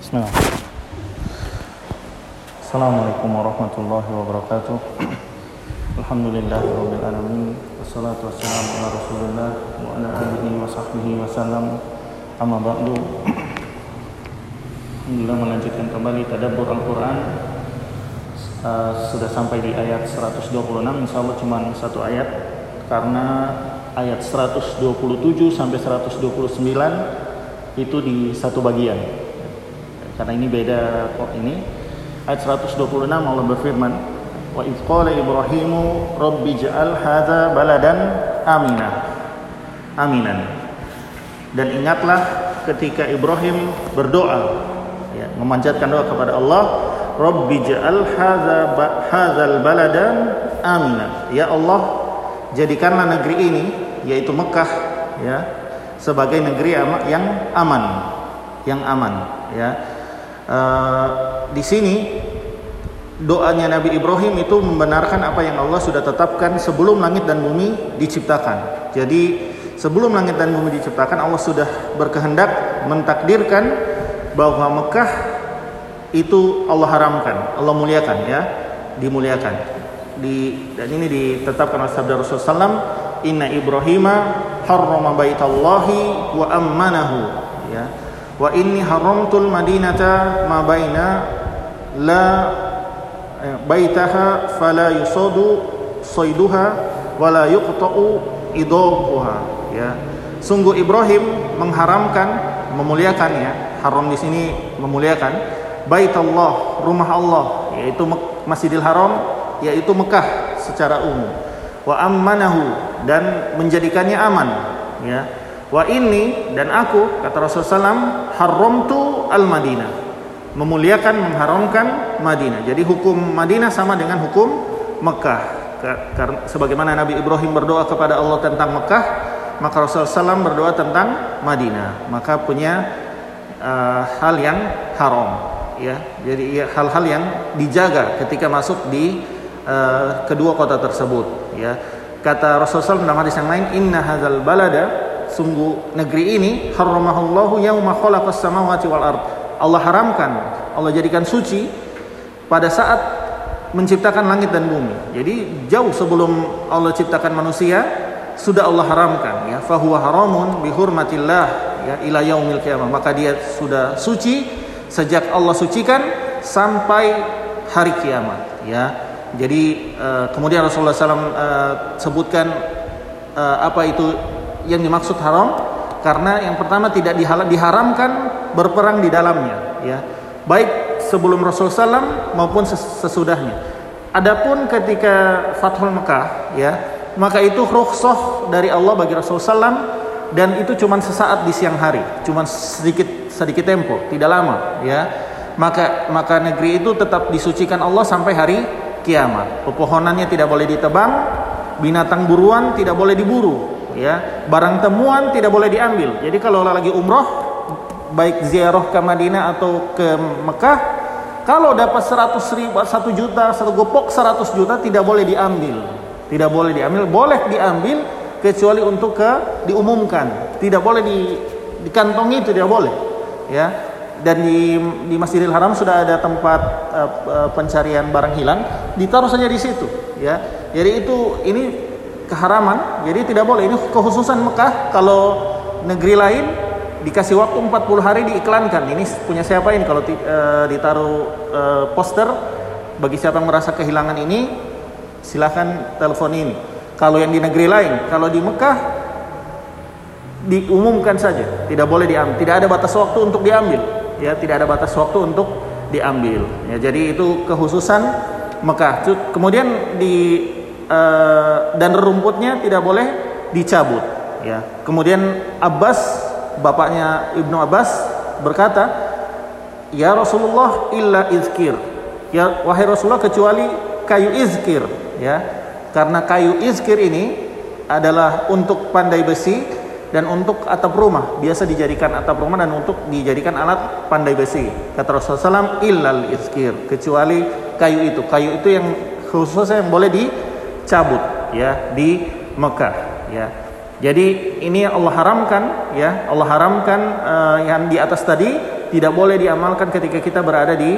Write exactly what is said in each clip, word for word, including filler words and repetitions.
Bismillah. Assalamualaikum warahmatullahi wabarakatuh. Alhamdulillahirabbil alamin. Wassalatu wassalamu ala Rasulillah wa ala alihi wa sahbihi wasallam. Amma ba'du. Alhamdulillah, melanjutkan kembali tadabbur Al-Qur'an. Uh, sudah sampai di ayat seratus dua puluh enam. Insyaallah cuma satu ayat, karena ayat seratus dua puluh tujuh sampai seratus dua puluh sembilan itu di satu bagian. Karena ini beda kok ini. Ayat seratus dua puluh enam Allah berfirman, "Wa idz qala Ibrahimu rabbi ja'al hadza baladan aminah." Aminan. Dan ingatlah ketika Ibrahim berdoa, ya, memanjatkan doa kepada Allah, "Rabbi ja'al hadza hadzal baladan aminah." Ya Allah, jadikanlah negeri ini, yaitu Mekah, ya, sebagai negeri yang aman, yang aman, ya. Uh, di sini doanya Nabi Ibrahim itu membenarkan apa yang Allah sudah tetapkan sebelum langit dan bumi diciptakan. Jadi sebelum langit dan bumi diciptakan, Allah sudah berkehendak mentakdirkan bahwa Mekah itu Allah haramkan, Allah muliakan, ya, dimuliakan. Di, dan ini ditetapkan oleh sabda Rasulullah sallallahu alaihi wasallam, "Inna Ibrahima harrama baitallahi wa ammanahu." Ya. Wa inni haramtul madinata ma baina la baitaha fala yusadu sayduha wala yuqta'u idaquha. Ya. Sungguh Ibrahim mengharamkan, memuliakan, ya. Haram di sini memuliakan baitallah, rumah Allah, yaitu Masjidil Haram, yaitu Mekah secara umum. Wa ammanahu, dan menjadikannya aman, ya. Wa inni, dan aku, kata Rasulullah sallallahu alaihi wasallam, haramtu al-Madinah, memuliakan, mengharamkan Madinah. Jadi hukum Madinah sama dengan hukum Mekah. Karena sebagaimana Nabi Ibrahim berdoa kepada Allah tentang Mekah, maka Rasulullah sallallahu alaihi wasallam berdoa tentang Madinah. Maka punya uh, hal yang haram, ya. Jadi ya, hal-hal yang dijaga ketika masuk di uh, kedua kota tersebut, ya. Kata Rasulullah sallallahu alaihi wasallam dalam hadis yang lain, "Inna hadzal balada," sungguh negeri ini, harramahallahu yauma khalaqas samawati wal ard. Allah haramkan, Allah jadikan suci pada saat menciptakan langit dan bumi. Jadi jauh sebelum Allah ciptakan manusia sudah Allah haramkan, ya. Fahuwa haramun bihurmatillah, ya, ila yaumil qiyamah. Maka dia sudah suci sejak Allah sucikan sampai hari kiamat, ya. Jadi uh, kemudian Rasulullah sallallahu alaihi wasallam uh, sebutkan uh, apa itu yang dimaksud haram, karena yang pertama tidak diharamkan berperang di dalamnya, ya, baik sebelum Rasulullah sallallahu alaihi wasallam maupun sesudahnya. Adapun ketika Fathul Mekah, ya, maka itu rukhsah dari Allah bagi Rasulullah sallallahu alaihi wasallam, dan itu cuma sesaat di siang hari, cuma sedikit sedikit tempo, tidak lama, ya. Maka maka negeri itu tetap disucikan Allah sampai hari kiamat. Pepohonannya tidak boleh ditebang, binatang buruan tidak boleh diburu, ya, barang temuan tidak boleh diambil. Jadi kalau lagi umroh, baik ziarah ke Madinah atau ke Mekah, kalau dapat seratus ribu, satu juta, satu gopok seratus juta, tidak boleh diambil, tidak boleh diambil, boleh diambil kecuali untuk ke diumumkan, tidak boleh di dikantongi, itu tidak boleh, ya. Dan di di Masjidil Haram sudah ada tempat uh, uh, pencarian barang hilang, ditaruh saja di situ, ya. Jadi itu ini keharaman, jadi tidak boleh. Ini kekhususan Mekah. Kalau negeri lain dikasih waktu empat puluh hari diiklankan, ini punya siapa ini, kalau uh, ditaruh uh, poster, bagi siapa yang merasa kehilangan ini silakan telepon ini. Kalau yang di negeri lain, kalau di Mekah diumumkan saja, tidak boleh diambil, tidak ada batas waktu untuk diambil, ya, tidak ada batas waktu untuk diambil, ya. Jadi itu kekhususan Mekah. Kemudian di Uh, dan rumputnya tidak boleh dicabut, ya. Kemudian Abbas, bapaknya Ibnu Abbas, berkata, "Ya Rasulullah, illa izkir." Ya, wahai Rasulullah, kecuali kayu izkir, ya. Karena kayu izkir ini adalah untuk pandai besi dan untuk atap rumah, biasa dijadikan atap rumah dan untuk dijadikan alat pandai besi. Kata Rasulullah sallallahu alaihi wasallam, "Illal izkir," kecuali kayu itu. Kayu itu yang khususnya yang boleh di cabut, ya, di Mekah, ya. Jadi ini Allah haramkan, ya, Allah haramkan uh, yang di atas tadi tidak boleh diamalkan ketika kita berada di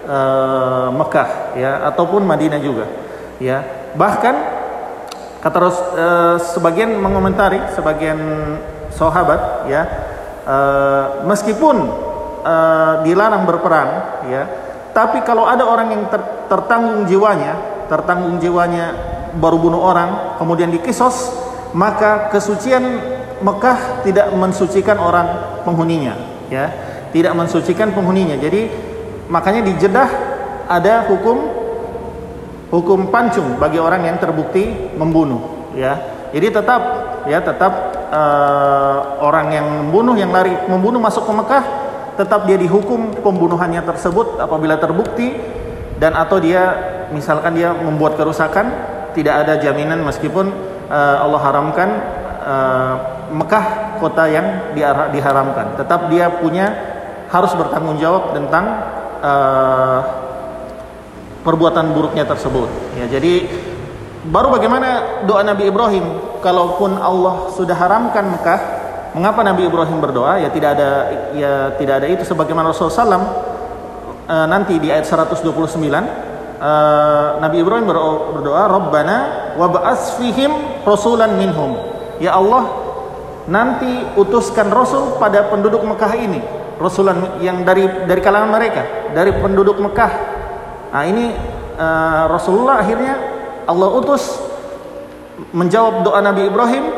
uh, Mekah ya ataupun Madinah juga ya. Bahkan kata uh, sebagian mengomentari, sebagian sahabat ya, uh, meskipun uh, dilarang berperang ya, tapi kalau ada orang yang ter, tertanggung jiwanya, tertanggung jiwanya baru bunuh orang kemudian dikisos, maka kesucian Mekah tidak mensucikan orang penghuninya ya, tidak mensucikan penghuninya. Jadi makanya di Jeddah ada hukum hukum pancung bagi orang yang terbukti membunuh ya. Jadi tetap ya tetap uh, orang yang membunuh, yang lari membunuh masuk ke Mekah, tetap dia dihukum pembunuhannya tersebut apabila terbukti, dan atau dia misalkan dia membuat kerusakan, tidak ada jaminan meskipun uh, Allah haramkan uh, Mekah kota yang diharamkan, tetap dia punya harus bertanggung jawab tentang uh, perbuatan buruknya tersebut ya. Jadi baru bagaimana doa Nabi Ibrahim, kalaupun Allah sudah haramkan Mekah, mengapa Nabi Ibrahim berdoa? Ya tidak ada ya tidak ada itu, sebagaimana Rasulullah shallallahu alaihi wasallam uh, nanti di ayat seratus dua puluh sembilan uh, Nabi Ibrahim berdoa, Rabbana wab'ats fihim rasulan minhum, ya Allah nanti utuskan Rasul pada penduduk Mekah ini, Rasulan yang dari dari kalangan mereka, dari penduduk Mekah. Nah ini uh, Rasulullah akhirnya Allah utus menjawab doa Nabi Ibrahim.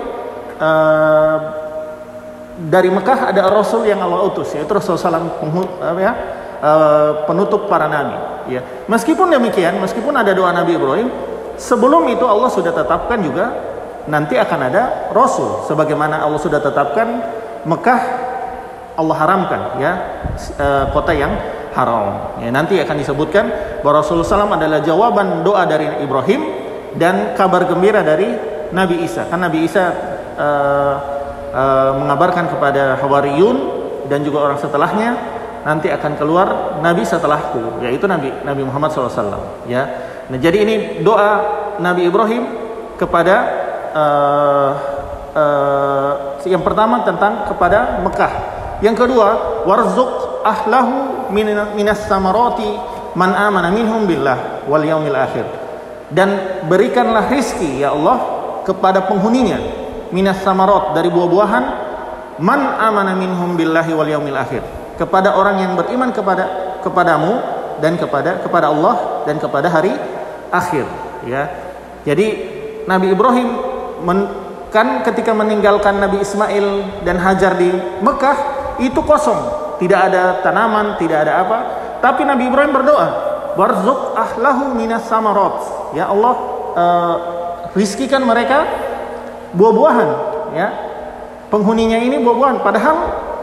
Uh, dari Mekah ada Rasul yang Allah utus, yaitu Rasulullah shallallahu alaihi wasallam ya, uh, penutup para nabi. Ya. Meskipun demikian, meskipun ada doa Nabi Ibrahim, sebelum itu Allah sudah tetapkan juga nanti akan ada Rasul, sebagaimana Allah sudah tetapkan Mekah Allah haramkan ya, e, kota yang haram ya. Nanti akan disebutkan bahwa Rasulullah shallallahu alaihi wasallam adalah jawaban doa dari Ibrahim dan kabar gembira dari Nabi Isa. Kan Nabi Isa e, e, mengabarkan kepada Hawariyun dan juga orang setelahnya, nanti akan keluar Nabi setelahku, yaitu Nabi Nabi Muhammad shallallahu alaihi wasallam ya. Nah jadi ini doa Nabi Ibrahim kepada Uh, uh, yang pertama tentang kepada Mekah, yang kedua warzuq ahlahu minas samarati man amana minhum billah wal yaumil akhir, dan berikanlah rizki ya Allah kepada penghuninya minas samarat dari buah-buahan, man amana minhum billahi wal yaumil akhir, kepada orang yang beriman kepada kepadamu dan kepada kepada Allah dan kepada hari akhir ya. Jadi Nabi Ibrahim Men, kan ketika meninggalkan Nabi Ismail dan Hajar di Mekah itu kosong, tidak ada tanaman, tidak ada apa, tapi Nabi Ibrahim berdoa, warzuq ahlahu minas samarat, ya Allah uh, rizkikan mereka buah-buahan ya, penghuninya ini buah-buahan, padahal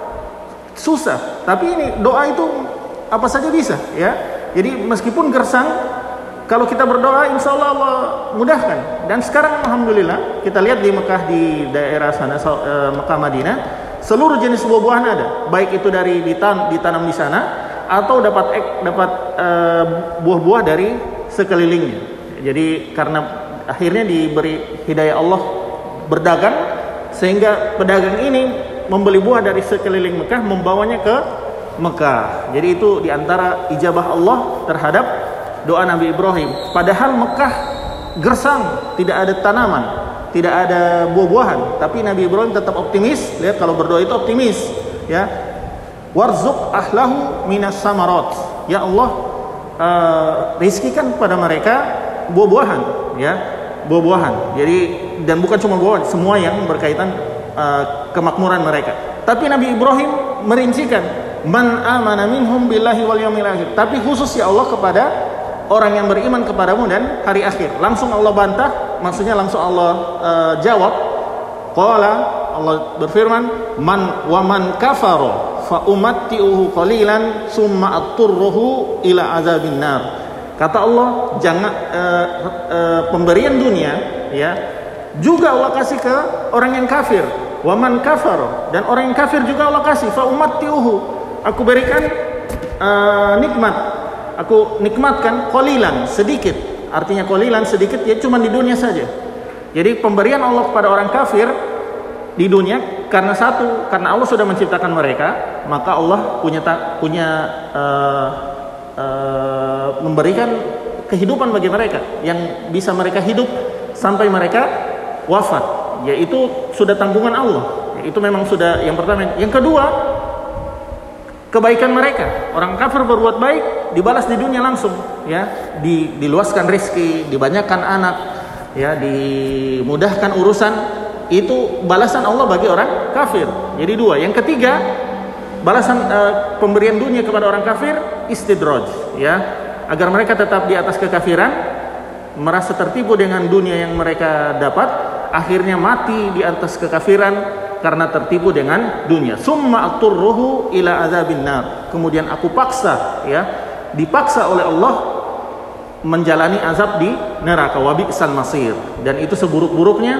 susah, tapi ini doa itu apa saja bisa ya. Jadi meskipun gersang, kalau kita berdoa, insya Allah Allah mudahkan. Dan sekarang alhamdulillah kita lihat di Mekah, di daerah sana Mekah Madinah, seluruh jenis buah-buahan ada, baik itu dari ditan, ditanam di sana atau dapat ek, dapat uh, buah-buah dari sekelilingnya. Jadi karena akhirnya diberi hidayah Allah berdagang, sehingga pedagang ini membeli buah dari sekeliling Mekah, membawanya ke Mekah. Jadi itu diantara ijabah Allah terhadap doa Nabi Ibrahim. Padahal Mekah gersang, tidak ada tanaman, tidak ada buah-buahan, tapi Nabi Ibrahim tetap optimis. Lihat kalau berdoa itu optimis ya. Warzuq ahlahu minas samarat, ya Allah uh, rizkikan pada mereka buah-buahan ya, buah-buahan. Jadi dan bukan cuma buah, semua yang berkaitan uh, kemakmuran mereka. Tapi Nabi Ibrahim merincikan man amana minhum billahi wal yaumil akhir, tapi khusus ya Allah kepada orang yang beriman kepadamu dan hari akhir. Langsung Allah bantah, maksudnya langsung Allah uh, jawab. Qala, Allah berfirman, man wa man kafara fa umatti'uhu qalilan summa atturruhu ila azabin nar. Kata Allah, jangan uh, uh, pemberian dunia ya, juga Allah kasih ke orang yang kafir. Wa man kafara, dan orang yang kafir juga Allah kasih, fa umatti'uhu, aku berikan uh, nikmat, aku nikmatkan qalilan, sedikit. Artinya qalilan sedikit ya, cuma di dunia saja. Jadi pemberian Allah kepada orang kafir di dunia karena satu, karena Allah sudah menciptakan mereka, maka Allah punya punya uh, uh, memberikan kehidupan bagi mereka yang bisa mereka hidup sampai mereka wafat, yaitu sudah tanggungan Allah. Itu memang sudah yang pertama. Yang kedua, kebaikan mereka. Orang kafir berbuat baik dibalas di dunia langsung, ya, di, diluaskan rezeki, dibanyakan anak, ya, dimudahkan urusan. Itu balasan Allah bagi orang kafir. Jadi dua. Yang ketiga, balasan uh, pemberian dunia kepada orang kafir istidraj, ya, agar mereka tetap di atas kekafiran, merasa tertipu dengan dunia yang mereka dapat, akhirnya mati di atas kekafiran karena tertipu dengan dunia. Summa aturruhu ila azabin nar. Kemudian aku paksa, ya, dipaksa oleh Allah menjalani azab di neraka, wa bi'sal masir. Dan itu seburuk-buruknya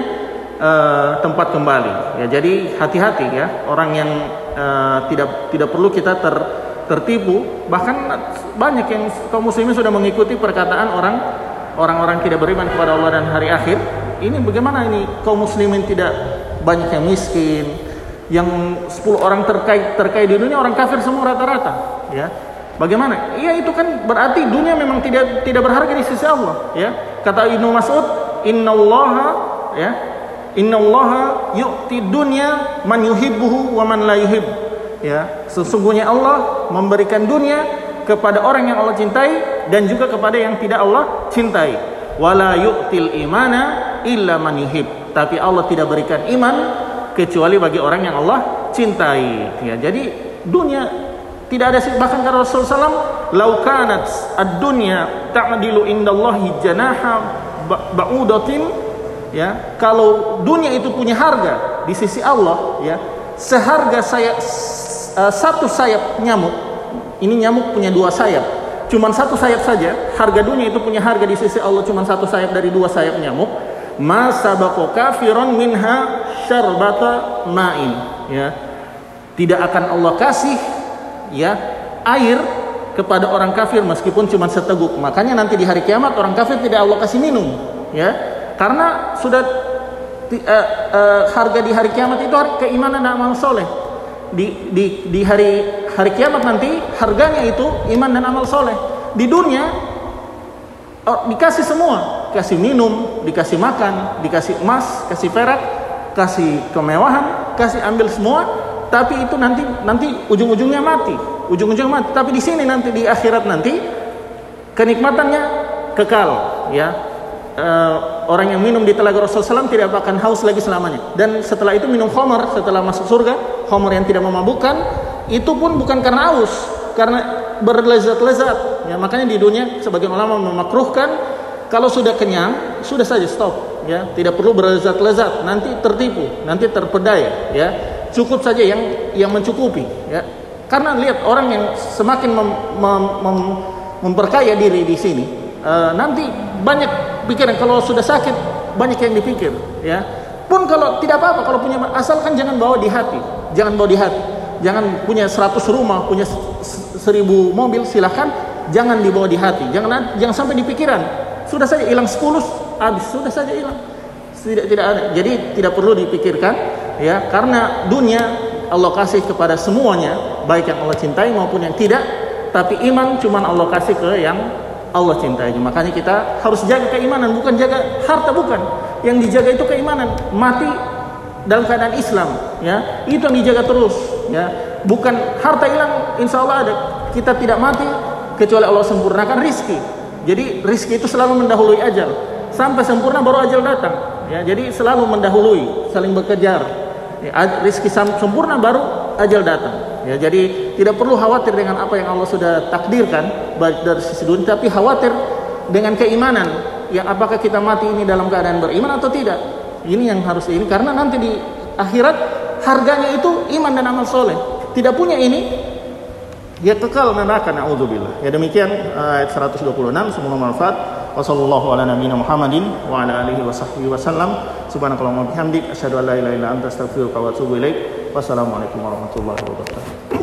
uh, tempat kembali. Ya, jadi hati-hati, ya, orang yang uh, tidak tidak perlu kita ter, tertipu. Bahkan banyak yang kaum muslimin sudah mengikuti perkataan orang orang-orang tidak beriman kepada Allah dan hari akhir. Ini bagaimana ini kaum muslimin tidak banyak yang miskin, yang sepuluh orang terkait terkait di dunia orang kafir semua rata-rata, ya. Bagaimana? Iya, itu kan berarti dunia memang tidak tidak berharga di sisi Allah, ya. Kata Ibnu Mas'ud, "Innallaha, ya, innallaha yu'ti dunya man yuhibbuhu wa man la yuhib." Ya, sesungguhnya Allah memberikan dunia kepada orang yang Allah cintai dan juga kepada yang tidak Allah cintai. Wala yu'til imana illa man yuhib. Tapi Allah tidak berikan iman kecuali bagi orang yang Allah cintai. Ya, jadi dunia tidak ada, bahkan kata Rasulullah sallallahu alaihi wasallam, "Lau kanat ad-dunya ta'dilu indallahi janaha ba'udatin." Ya, kalau dunia itu punya harga di sisi Allah, ya, seharga sayap uh, satu sayap nyamuk. Ini nyamuk punya dua sayap. Cuman satu sayap saja, harga dunia itu punya harga di sisi Allah cuman satu sayap dari dua sayap nyamuk. Ma sabaqo kafiron minha syarbata ma'in, ya, tidak akan Allah kasih, ya, air kepada orang kafir meskipun cuma seteguk. Makanya nanti di hari kiamat orang kafir tidak Allah kasih minum, ya, karena sudah uh, uh, harga di hari kiamat itu hari keimanan dan amal soleh. Di, di, di hari hari kiamat nanti harganya itu iman dan amal soleh. Di dunia oh, dikasih semua, kasih minum, dikasih makan, dikasih emas, kasih perak, kasih kemewahan, kasih ambil semua. Tapi itu nanti nanti ujung-ujungnya mati, ujung-ujungnya mati. Tapi di sini nanti di akhirat nanti kenikmatannya kekal, ya. Uh, orang yang minum di telaga Rasulullah sallallahu alaihi wasallam tidak akan haus lagi selamanya. Dan setelah itu minum khamar, setelah masuk surga, khamar yang tidak memabukkan, itu pun bukan karena haus, karena berlezat-lezat. Ya, makanya di dunia sebagian ulama memakruhkan kalau sudah kenyang, sudah saja stop, ya. Tidak perlu berlezat-lezat, nanti tertipu, nanti terpedaya, ya. Cukup saja yang yang mencukupi, ya. Karena lihat orang yang semakin mem, mem, mem, memperkaya diri di sini, uh, nanti banyak pikiran. Kalau sudah sakit banyak yang dipikir, ya. Pun kalau tidak apa-apa, kalau punya, asalkan jangan bawa di hati, jangan bawa di hati. Jangan punya seratus rumah, punya seribu mobil, silahkan, jangan dibawa di hati, jangan jangan sampai di pikiran. Sudah saja hilang sepuluh, habis, sudah saja hilang. Tidak tidak ada. Jadi tidak perlu dipikirkan, ya, karena dunia Allah kasih kepada semuanya, baik yang Allah cintai maupun yang tidak. Tapi iman cuman Allah kasih ke yang Allah cintai. Makanya kita harus jaga keimanan, bukan jaga harta, bukan. Yang dijaga itu keimanan. Mati dalam keadaan Islam, ya, itu yang dijaga terus, ya. Bukan harta hilang, insya Allah ada. Kita tidak mati kecuali Allah sempurnakan rizki. Jadi rizki itu selalu mendahului ajal. Sampai sempurna baru ajal datang, ya. Jadi selalu mendahului, saling bekejar, ya. Rizki sempurna baru ajal datang. Ya, jadi tidak perlu khawatir dengan apa yang Allah sudah takdirkan baik dari sisi dunia, tapi khawatir dengan keimanan, yang apakah kita mati ini dalam keadaan beriman atau tidak. Ini yang harus ini, karena nanti di akhirat harganya itu iman dan amal soleh. Tidak punya ini, dia kekal neraka, naudzubillah. Ya, demikian ayat seratus dua puluh enam. Semoga bermanfaat. Wassallallahu ala nabiyina Muhammadin wa ala alihi wa sahbihi wasallam. Subhanakallahumma bihamdik asyhadu an la ilaha illa anta astaghfiruka wa atubu ilaik. Wassalamualaikum warahmatullahi wabarakatuh.